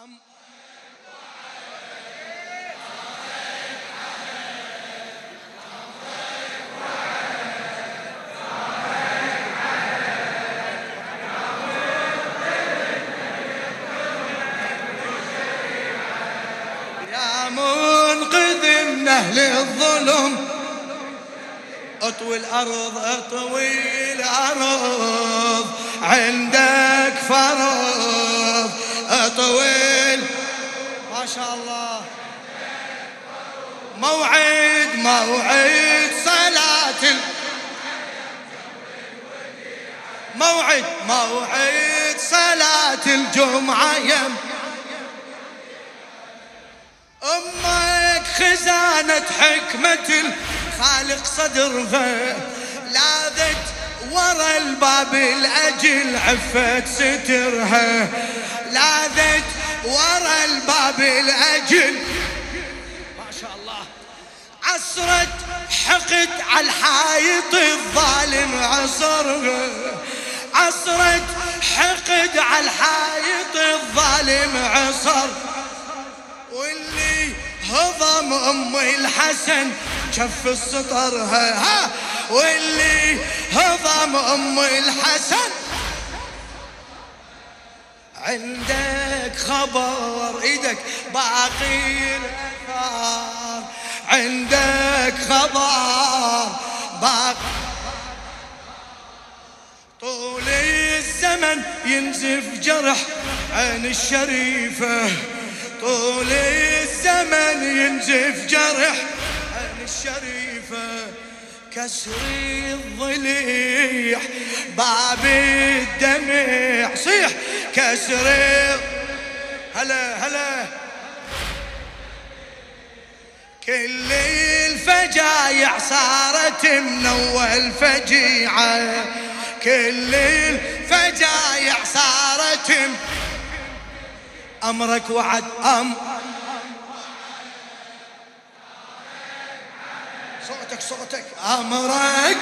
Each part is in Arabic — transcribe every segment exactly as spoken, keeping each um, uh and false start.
يا منقذ من أهل الظلم اطوي الأرض اطوي الأرض عندك فرض اطوي ما شاء الله موعد موعد صلاة موعد موعد صلاة الجمعة يم أمك خزانة حكمة الخالق صدرها لاذت ورا الباب الأجل عفت سترها لاذت ورا الباب الأجل ما شاء الله عصرت حقد على الحايط الظالم عصرها عصرت حقد على الحايط الظالم عصر واللي هضم أم الحسن شف السطرها ها واللي هضم أم الحسن عندك خبر ايدك باقي الأثار عندك خبر باقي طول الزمن ينزف جرح عين الشريفة طول الزمن ينزف جرح عين الشريفة كسر الضليع باب الدمع صيح كسر هلا هلا كل الفجايع صارت من أول فجيعة كل الفجايع صارت من أمرك وعد أم صوتك صوتك أمرك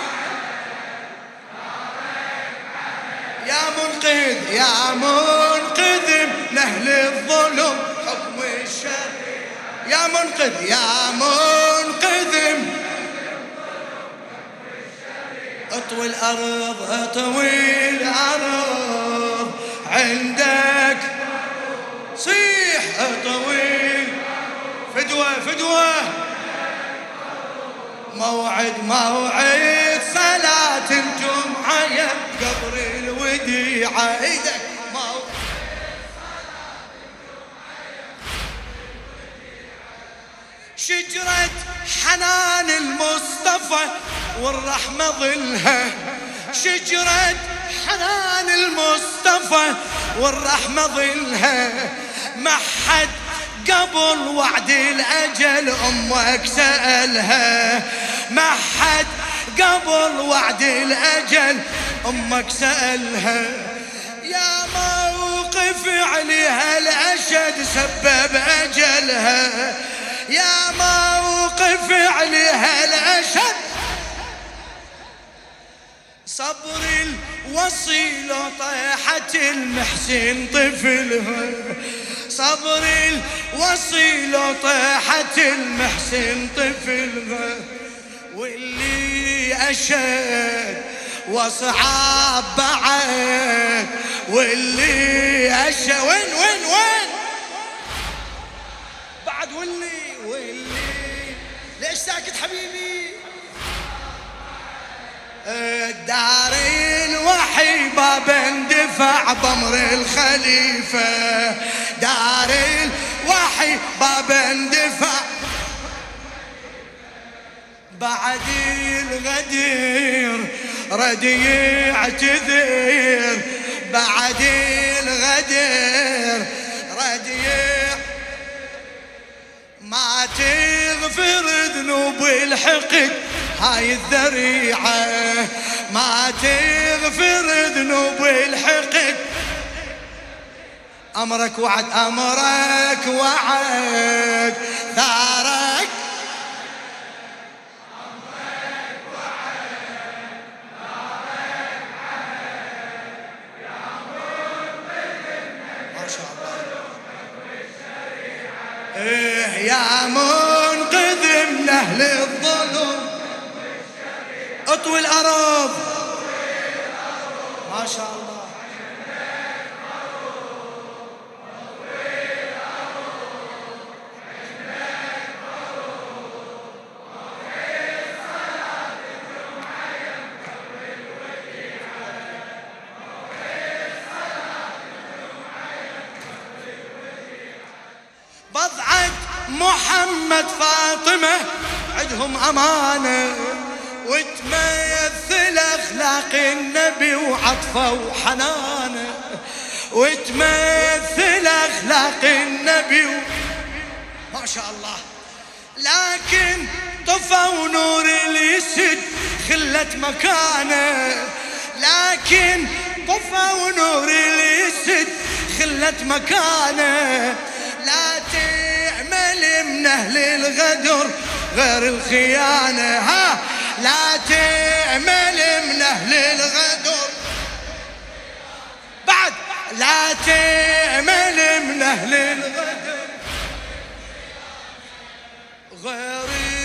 يا منقذ يا منقذ من أهل الظلم حكم الشرع يا منقذ يا منقذ اطوي الأرض اطوي الأرض عندك صيح اطوي فدوة فدوة موعد موعد صلاة الجمعة يا قبر الوديعة ايدك موعد صلاة الجمعة يا قبر الوديعة شجرة حنان المصطفى والرحمة ظلها شجرة حنان المصطفى والرحمة ظلها ما حد قبل وعد الأجل أمك سألها ما حد قبل وعد الأجل أمك سألها يا موقف عليها الأشد سبب أجلها يا موقف عليها الأشد صبر الوصيل طيحة المحسن طفلها صبر الوصيل طيحة المحسن طفلها واللي أشد وصعب بعد واللي أشد وين وين وين بعد واللي واللي ليش ساكت حبيبي الدار الوحي باب اندفاع بأمر الخليفة دار الوحي باب اندفاع بعد الغدير رد يعتذر بعد الغدير رد يعتذر ما تغفر ذنوب الحقد هاي الذريعة ما تغفر ذنوب الحقد أمرك وعد أمرك وعد ثارك أمرك وعد ثارك عهد يا منقذ ما شاء الله إيه يا منقذ من أهل الظلم اطوي الأرض ما شاء الله. بضعة محمد فاطمة عندهم أمانة وتمثل أخلاق النبي وعطفه وحنانه وتمثل أخلاق النبي و... ما شاء الله. لكن طفوا نور اليسد خلت مكانه لكن طفوا نور اليسد خلت مكانه. لا تعمل من أهل الغدر غير الخيانة ها لا تعمل من أهل الغدر بعد لا تعمل من أهل الغدر غير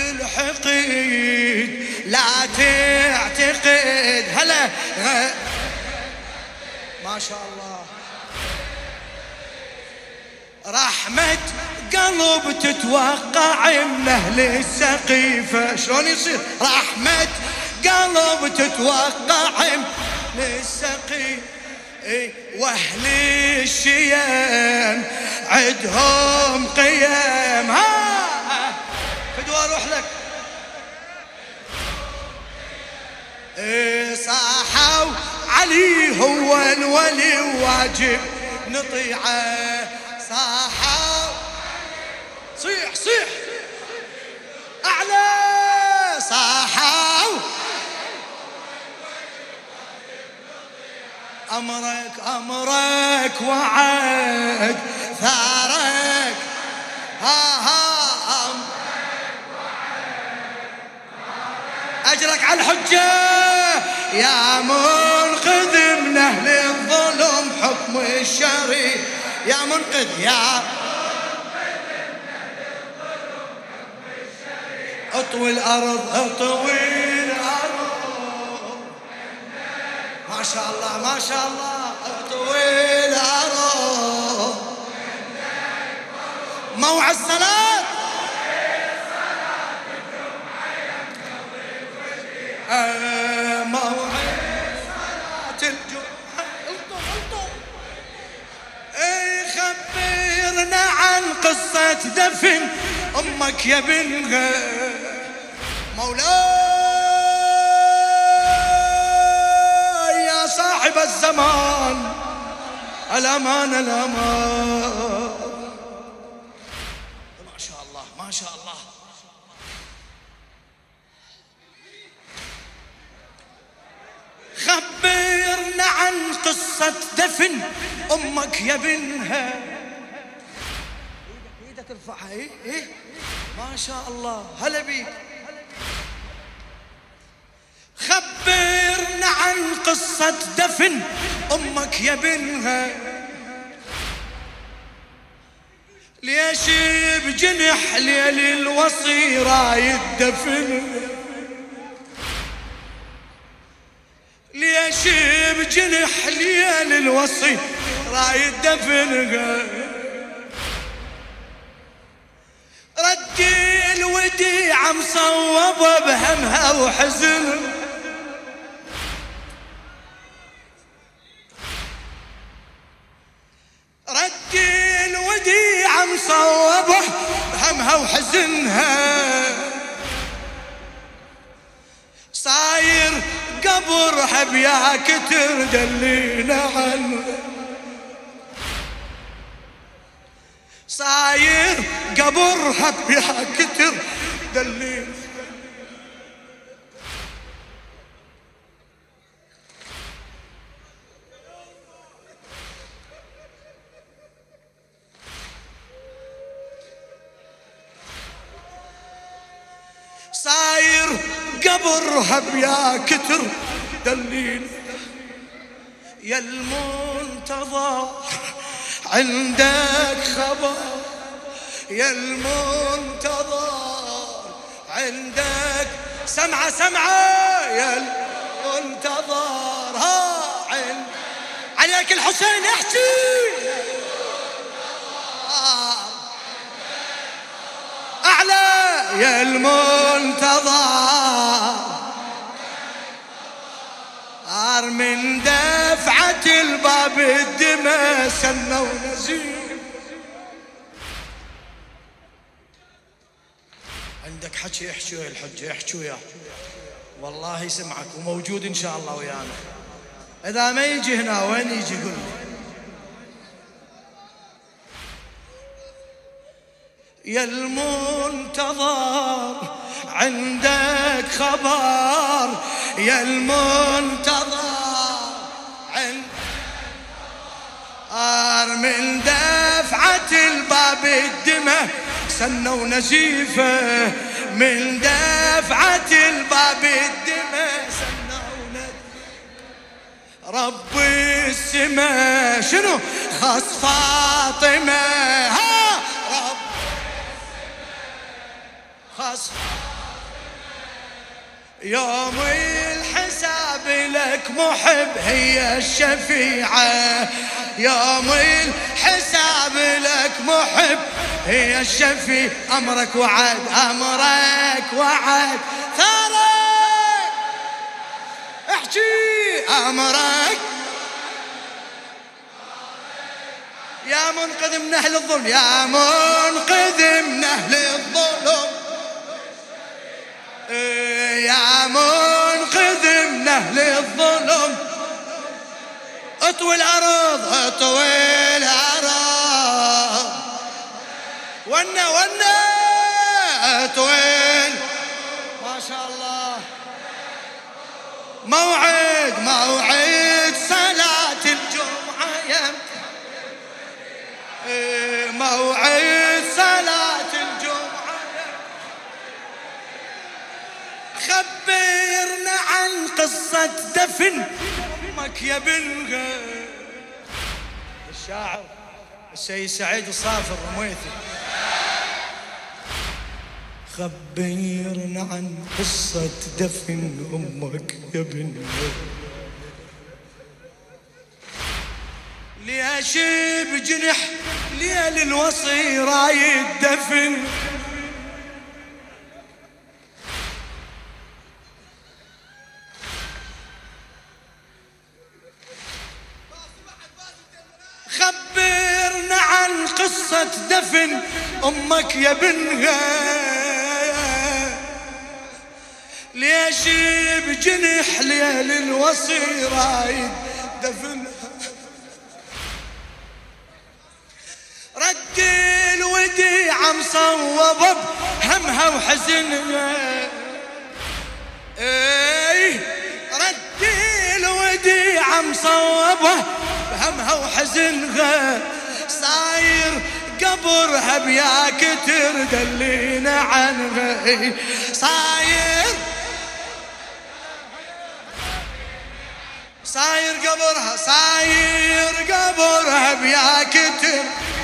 الحقيد لا تعتقد هلا غير ما شاء الله. رحمة قلب تتوقع من أهل السقيفة شلون يصير رحمة قلب تتوقع من السقيفة وأهل الشيم عدهم قيم ها فدوا أروح لك صاحوا علي هو الولي واجب نطيعه صاحوا صيح صيح أعلى صاحوا أمرك أمرك وعد ثارك ها ها أمرك وعد أجرك على الحجة يا منقذ من أهل الظلم حكم الشريف يا منقذ يا اطوي الأرض اطوي الأرض ما شاء الله ما شاء الله اطوي الأرض موعد الصلاة آه موعد صلاة الجمعة الطم الطم اي خبرنا عن قصة دفن أمك يا بنها مولاي يا صاحب الزمان الأمان الأمان ما شاء الله ما شاء الله. خبرنا عن قصة دفن أمك يا بنها ايدك ارفعها ايه ايه ما شاء الله هلا بيك. خبرنا عن قصة دفن أمك يا بنها ليش بجنح ليل الوصي رايد دفن ليش بجنح ليل الوصي رايد دفنها ردي الوديعة مصوبة بهمها وحزن ردي الوديعة مصوبة بهمها وحزنها صاير قبرها بيا كتر دلينا عنه صاير قبرها بيا كتر دلينا صاير قبرها بيا كتر دليل يا المنتظر عندك خبر يا المنتظر عندك سمعة سمعة يا المنتظر ها عند عليك الحسين احكي أعلى يا المنتظر من دفعة الباب الدمى سنة ونزيف. عندك حكي احكي ويا الحجة احكي وياه والله يسمعك وموجود ان شاء الله ويانا. اذا ما يجي هنا وين يجي قل لي. يا المنتظر عندك خبر يا المنتظر عندك من دفعة الباب الدمى سنة ونزيفة من دفعة الباب الدمى سنة ونزيفة. رب السما شنو خص فاطمة ها رب خص يوم الحساب لك محب هي الشفيعة يوم الحساب لك محب هي الشفيع. أمرك وعد أمرك وعد ثارك احكي أمرك يا منقذ من أهل الظلم يا منقذ من أهل الظلم يا منقذ من أهل الظلم. اطوي الأرض اطوي الأرض ونا ونا اطوي ما شاء الله. موعد موعد صلاة الجمعة يا موعد صلاة الجمعة خبرنا عن قصة دفن أمك يا بنغا. الشاعر السيد سعيد الصافي الرميثي. خبرنا عن قصة دفن أمك يا بنغا ليش بجنح ليل الوصي رايد دفن. خبرنا عن قصة دفن أمك يا بنغا ليش بجنح ليل الوصي رايد دفن. رد الوديعة مصوبة بهمها وحزنها اي رد الوديعة مصوبة بهمها وحزنها. صاير قبرها بياك تردلينا عنها صاير صاير قبرها صاير قبرها بياك تردلينا.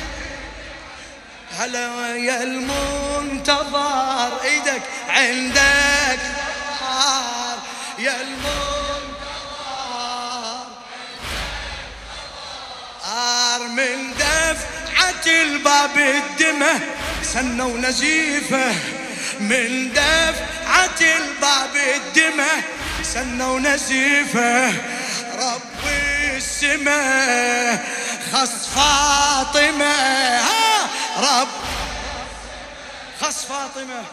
هلا يا المنتظر ايدك عندك خبر يا المنتظر آر من دفعة الباب الدمى سنة ونزيفة من دفعة الباب الدمى سنة ونزيفة. رب السما خص فاطمة ها رب خص فاطمة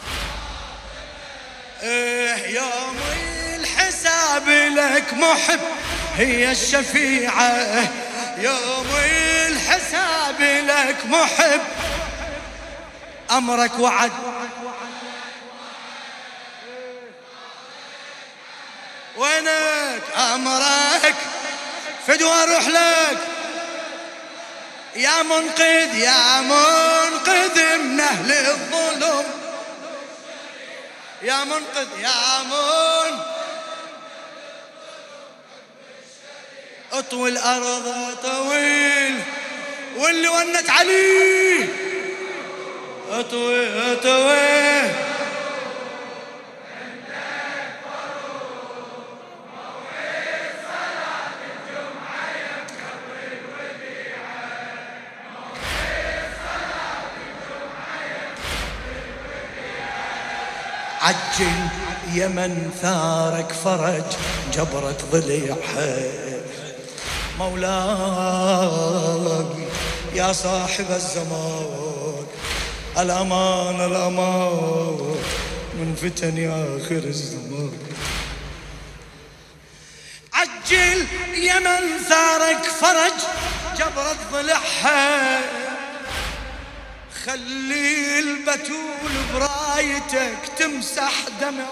إيه يوم الحساب لك محب هي الشفيعة يوم الحساب لك محب. أمرك وعد وينك أمرك فدوى أروح لك يا منقذ يا منقذ من أهل الظلم يا منقذ يا من اطوي الأرض طويل واللي ونت عليه اطوي اطوي عجل يا من ثارك فرج جبرت ضليعها مولاي يا صاحب الزمان الأمان الأمان من فتن يا آخر الزمان. عجل يا من ثارك فرج جبرت ضلعها خلي البتول برايتك تمسح دمع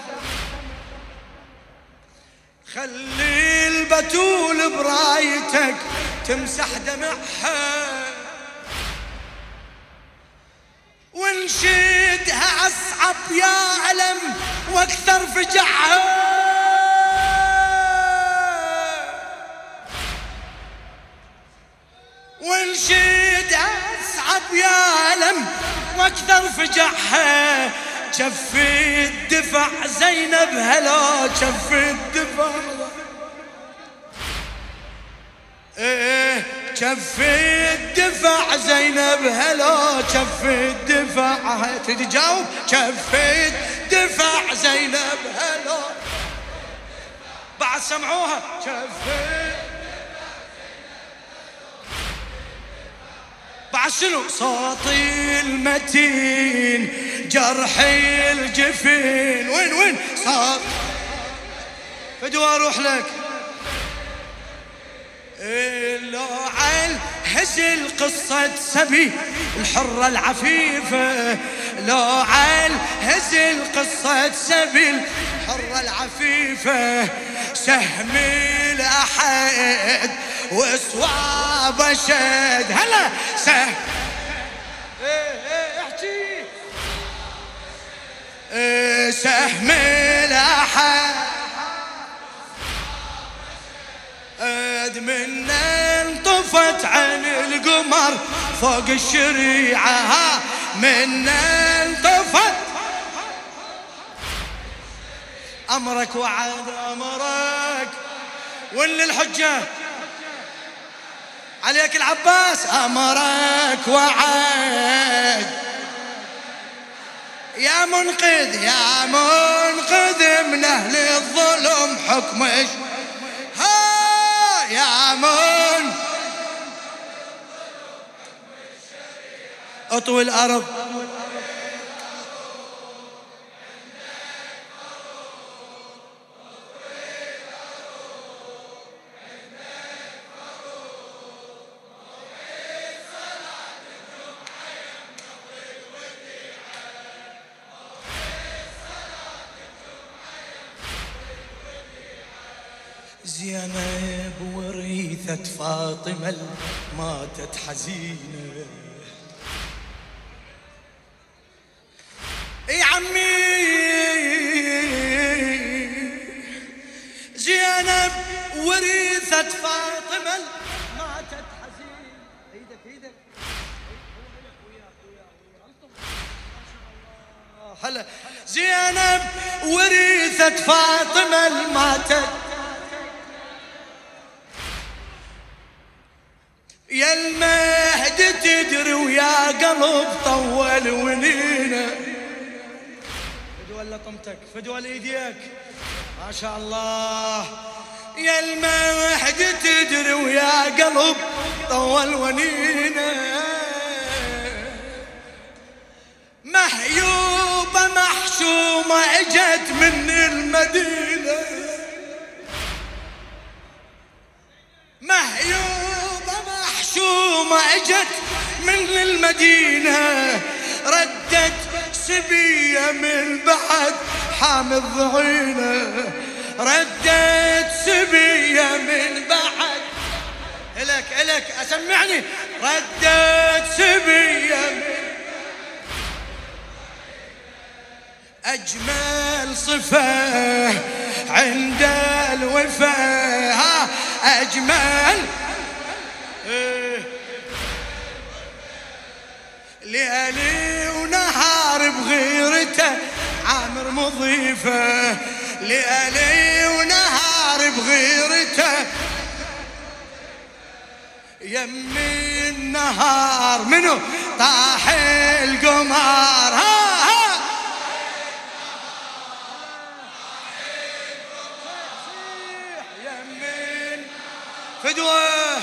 خلي البتول برايتك تمسح دمعها ونشيدها أصعب يا علم واكثر فجعها ونشيدها أصعب يا علم واكثر فجعها شفي الدفع زينب هلا شفي الدفع ايه شفي الدفع زينب هلا شفي الدفع تتجاوب شفي الدفع زينب هلا بعد سمعوها شفي بعد شنو صوتي المتين جرحي الجفين وين وين صوت فدوى اروح لك لو عال هزل قصة سبي الحرة العفيفة لو عال هزل قصة سبي الحرة العفيفة سهمي الأحد وصواب شد هلا سهم ايه ايه احكي ايه سهم الأحد اد من انطفت عن القمر فوق الشريعة من انطفت أمرك وعد أمرك واللي الحجة عليك العباس أمرك وعد يا منقذ يا منقذ من أهل الظلم حكمش ها يا من اطوي الأرض زينب وريثة فاطمة ماتت حزينة يا عمي زينب وريثة فاطمة ماتت حزينة ايدك ايدك هلا زينب وريثة فاطمة ماتت يا المهد تدري ويا قلب طول ونينه فدوى لطمتك فدوى لإيديك ما شاء الله يا المهد تدري ويا قلب طول ونينه مهيوبة محشومة اجت من المدينة مهيوبة محشومة اجت من المدينة ردت سبية من بعد حامل ضعينة ردت سبية من بعد إلك إلك أسمعني ردت سبية من أجمل صفة عند الوفاء أجمل ليالي ونهار نهار بغيرته عامر مضيفه، ليالي ونهار بغيرته يمي النهار منو طاح القمر. ها ها يمي فدوه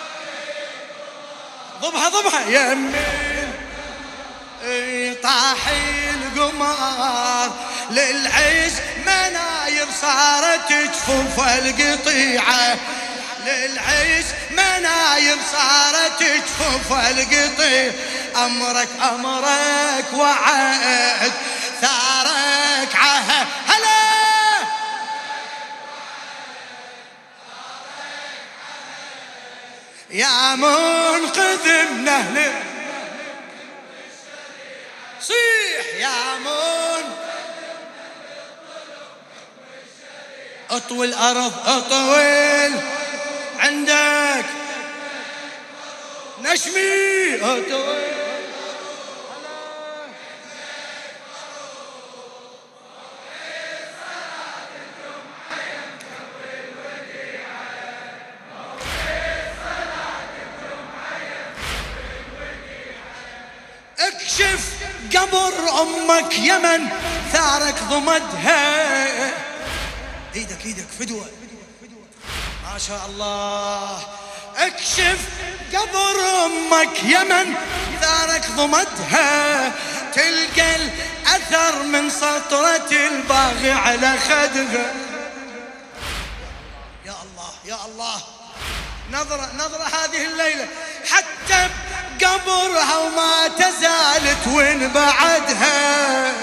ضبها ضبها يمي طاح القمر، للعز مناير صارت جفوف القطيعة، للعز مناير صارت جفوف القطيعة. أمرك أمرك وعد ثارك عهد هلا يا منقذ من أهل صيح يا من اطوي الأرض اطول عندك نشمي اطوي اكشف قبر امك يمن ثارك ضمدها. ايدك ايدك فدوة ما شاء الله. اكشف قبر امك يمن ثارك ضمدها، تلقى الاثر من سطرة الباغي على خدها. يا الله يا الله نظرة نظرة هذه الليلة حتى بقبرها وما تزالت وين بعدها.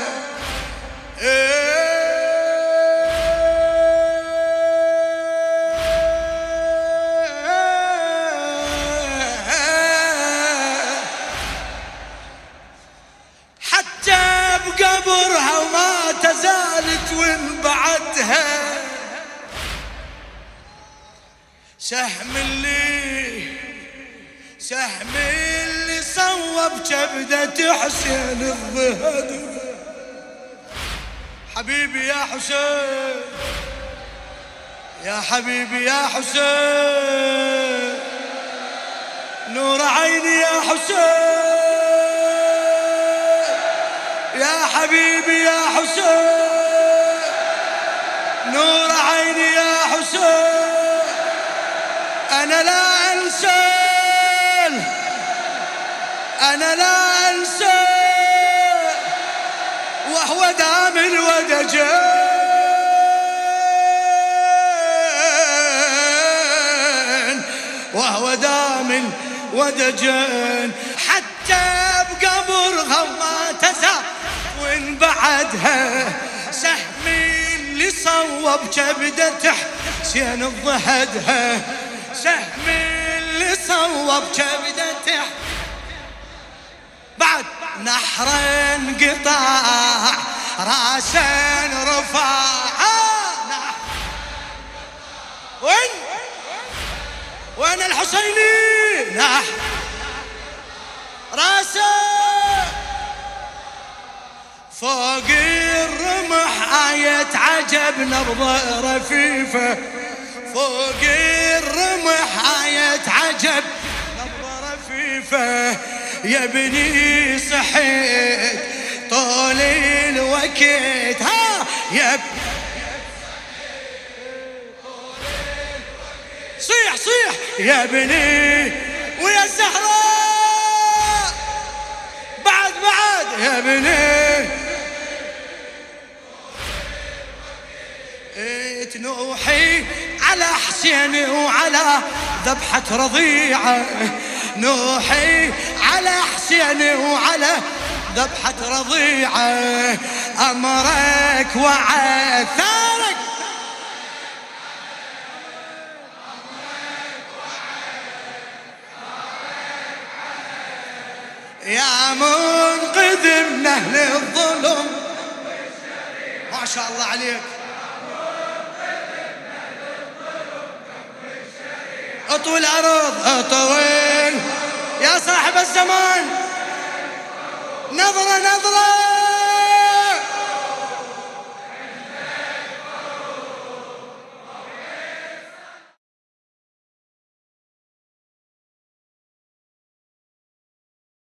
حتى بقبرها وما تزالت وين بعدها. سهم اللي سهم اللي صوب كبدة حسين الظهر. حبيبي يا حسين يا حبيبي يا حسين نور عيني يا حسين يا حبيبي يا حسين نور عيني يا حسين. أنا لا أنسى أنا لا أنسى وهو دام الودجان وهو دام الودجان. حتى بقبرها وما تزال وين بعدها. سهمي اللي صوب كبدة حسين الضهدها. سهمي اللي صوب كبدة بعد نحرا قطاع راسا رفع. وين وين الحسيني نح راسه فوق الرمح آية عجب نبضة رفيفة. فوق الرمح آية عجب نبضة رفيفة. يا ابني صحيت طول الوقت. ها يا ابني صيح صيح يا ابني ويا الزهراء بعد بعد يا ابني. نوحي على حسين وعلى ذبحة رضيعة. نوحي على حسين وعلى ذبحة رضيعة. أمرك وعثارك يا منقذ من أهل الظلم. ما شاء الله عليك. اطوي الأرض اطوي يا صاحب الزمان. نظرة نظرة